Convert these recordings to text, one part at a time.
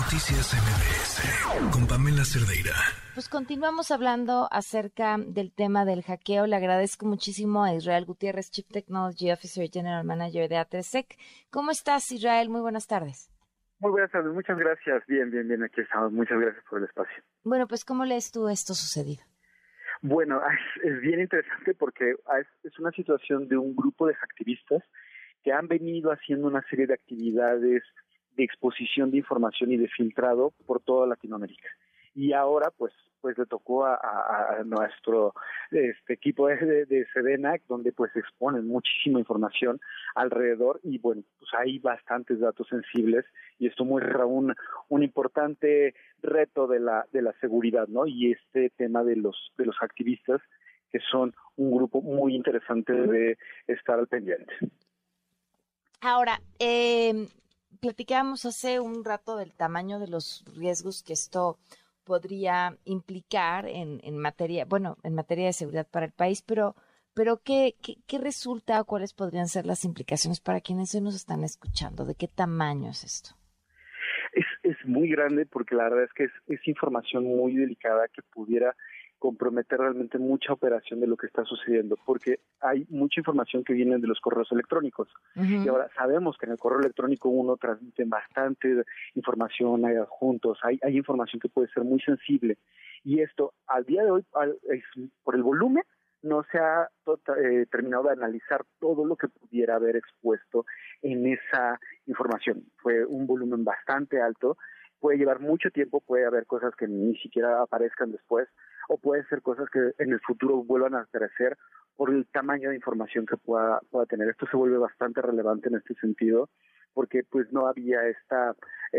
Noticias MBS con Pamela Cerdeira. Pues continuamos hablando acerca del tema del hackeo. Le agradezco muchísimo a Israel Gutiérrez, Chief Technology Officer y General Manager de Atresec. ¿Cómo estás, Israel? Muy buenas tardes. Muy buenas tardes, muchas gracias. Bien, aquí estamos. Muchas gracias por el espacio. Bueno, pues ¿cómo lees tú esto sucedido? Bueno, es bien interesante porque es una situación de un grupo de hacktivistas que han venido haciendo una serie de actividades de exposición de información y de filtrado por toda Latinoamérica. Y ahora, pues le tocó a nuestro equipo de Sedena, donde pues exponen muchísima información alrededor y bueno, pues hay bastantes datos sensibles y esto muestra un importante reto de la seguridad, ¿no? Y este tema de los activistas, que son un grupo muy interesante de estar al pendiente. Ahora, platicábamos hace un rato del tamaño de los riesgos que esto podría implicar en materia de seguridad para el país, pero ¿qué resulta o cuáles podrían ser las implicaciones para quienes hoy nos están escuchando? ¿De qué tamaño es esto? Es muy grande porque la verdad es que es información muy delicada que pudiera comprometer realmente mucha operación de lo que está sucediendo, porque hay mucha información que viene de los correos electrónicos. Uh-huh. Y ahora sabemos que en el correo electrónico uno transmite bastante información, hay adjuntos, hay información que puede ser muy sensible. Y esto, al día de hoy, por el volumen, no se ha terminado de analizar todo lo que pudiera haber expuesto en esa información. Fue un volumen bastante alto, puede llevar mucho tiempo, puede haber cosas que ni siquiera aparezcan después, o puede ser cosas que en el futuro vuelvan a aparecer por el tamaño de información que pueda tener. Esto se vuelve bastante relevante en este sentido, porque pues no había esta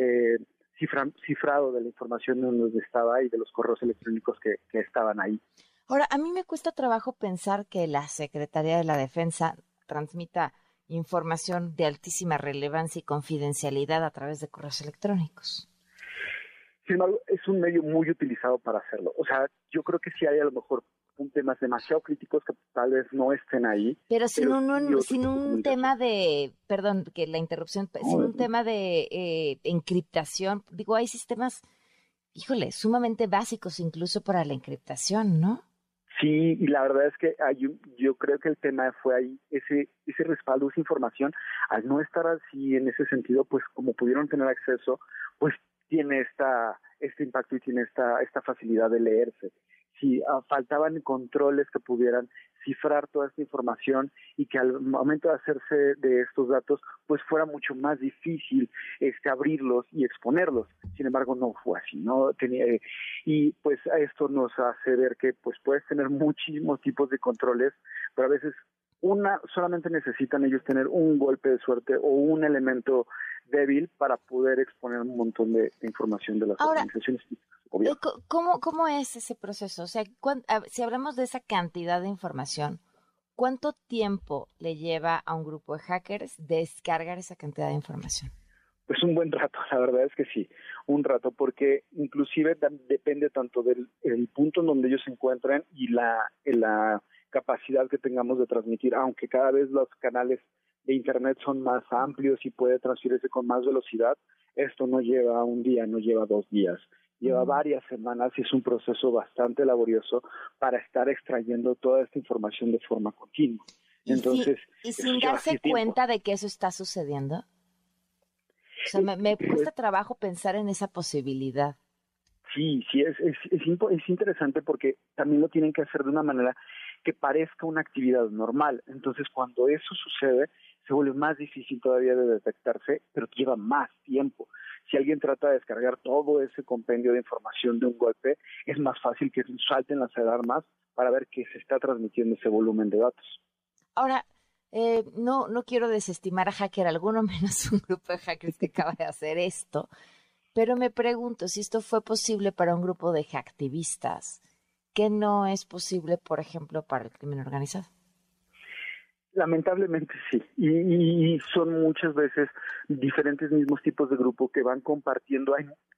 cifrado de la información en donde estaba y de los correos electrónicos que estaban ahí. Ahora, a mí me cuesta trabajo pensar que la Secretaría de la Defensa transmita información de altísima relevancia y confidencialidad a través de correos electrónicos. Sin embargo, es un medio muy utilizado para hacerlo. O sea, yo creo que sí hay a lo mejor temas demasiado críticos que tal vez no estén ahí. Pero sin un tema de, perdón que la interrupción, sin un tema de encriptación. Digo, hay sistemas, híjole, sumamente básicos incluso para la encriptación, ¿no? Sí, y la verdad es que yo creo que el tema fue ahí, ese respaldo, esa información, al no estar así en ese sentido, pues como pudieron tener acceso, pues tiene este impacto y tiene esta facilidad de leerse. Si faltaban controles que pudieran cifrar toda esta información y que al momento de hacerse de estos datos, pues fuera mucho más difícil abrirlos y exponerlos. Sin embargo, no fue así, ¿no? Y pues esto nos hace ver que pues puedes tener muchísimos tipos de controles, pero a veces solamente necesitan ellos tener un golpe de suerte o un elemento débil para poder exponer un montón de información de las organizaciones. ¿Cómo es ese proceso? O sea, si hablamos de esa cantidad de información, ¿cuánto tiempo le lleva a un grupo de hackers descargar esa cantidad de información? Pues un buen rato, la verdad es que sí, un rato, porque inclusive depende tanto del punto en donde ellos se encuentran y la capacidad que tengamos de transmitir, aunque cada vez los canales de Internet son más amplios y puede transferirse con más velocidad, esto no lleva un día, no lleva 2 días, lleva varias semanas y es un proceso bastante laborioso para estar extrayendo toda esta información de forma continua. Entonces, ¿Y sin darse cuenta de que eso está sucediendo? O sea, me cuesta trabajo pensar en esa posibilidad. Sí, es interesante porque también lo tienen que hacer de una manera que parezca una actividad normal. Entonces, cuando eso sucede, se vuelve más difícil todavía de detectarse, pero lleva más tiempo. Si alguien trata de descargar todo ese compendio de información de un golpe, es más fácil que salten las alarmas para ver que se está transmitiendo ese volumen de datos. Ahora, no quiero desestimar a hacker alguno, menos un grupo de hackers que acaba de hacer esto, pero me pregunto si esto fue posible para un grupo de hacktivistas, ¿qué no es posible, por ejemplo, para el crimen organizado? Lamentablemente sí, y son muchas veces diferentes mismos tipos de grupo que van compartiendo. Hay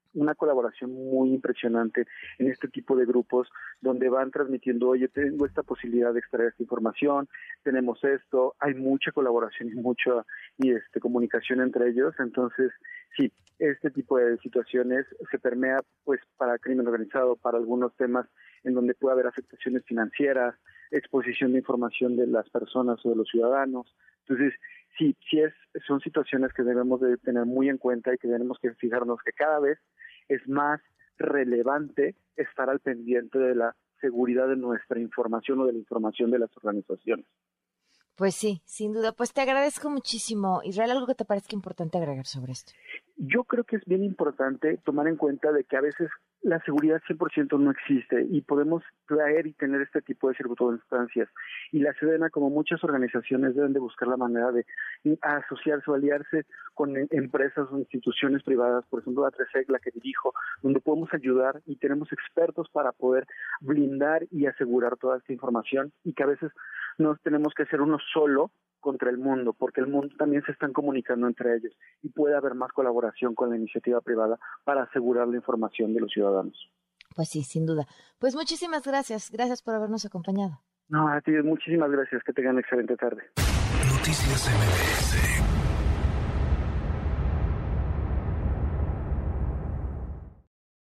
una colaboración muy impresionante en este tipo de grupos donde van transmitiendo, oye, tengo esta posibilidad de extraer esta información, tenemos esto, hay mucha colaboración y mucha comunicación entre ellos. Entonces, sí, este tipo de situaciones se permea pues para crimen organizado, para algunos temas en donde puede haber afectaciones financieras, exposición de información de las personas o de los ciudadanos. Entonces, son situaciones que debemos de tener muy en cuenta y que tenemos que fijarnos que cada vez es más relevante estar al pendiente de la seguridad de nuestra información o de la información de las organizaciones. Pues sí, sin duda. Pues te agradezco muchísimo. Israel, ¿algo que te parezca importante agregar sobre esto? Yo creo que es bien importante tomar en cuenta de que a veces la seguridad 100% no existe y podemos traer y tener este tipo de circunstancias. Y la Sedena, como muchas organizaciones, deben de buscar la manera de asociarse o aliarse con empresas o instituciones privadas, por ejemplo, la Tresec, la que dirijo, donde podemos ayudar y tenemos expertos para poder blindar y asegurar toda esta información y que a veces no tenemos que ser uno solo contra el mundo, porque el mundo también se están comunicando entre ellos y puede haber más colaboración con la iniciativa privada para asegurar la información de los ciudadanos. Pues sí, sin duda. Pues muchísimas gracias. Gracias por habernos acompañado. No, a ti muchísimas gracias. Que tengan excelente tarde. Noticias MBS.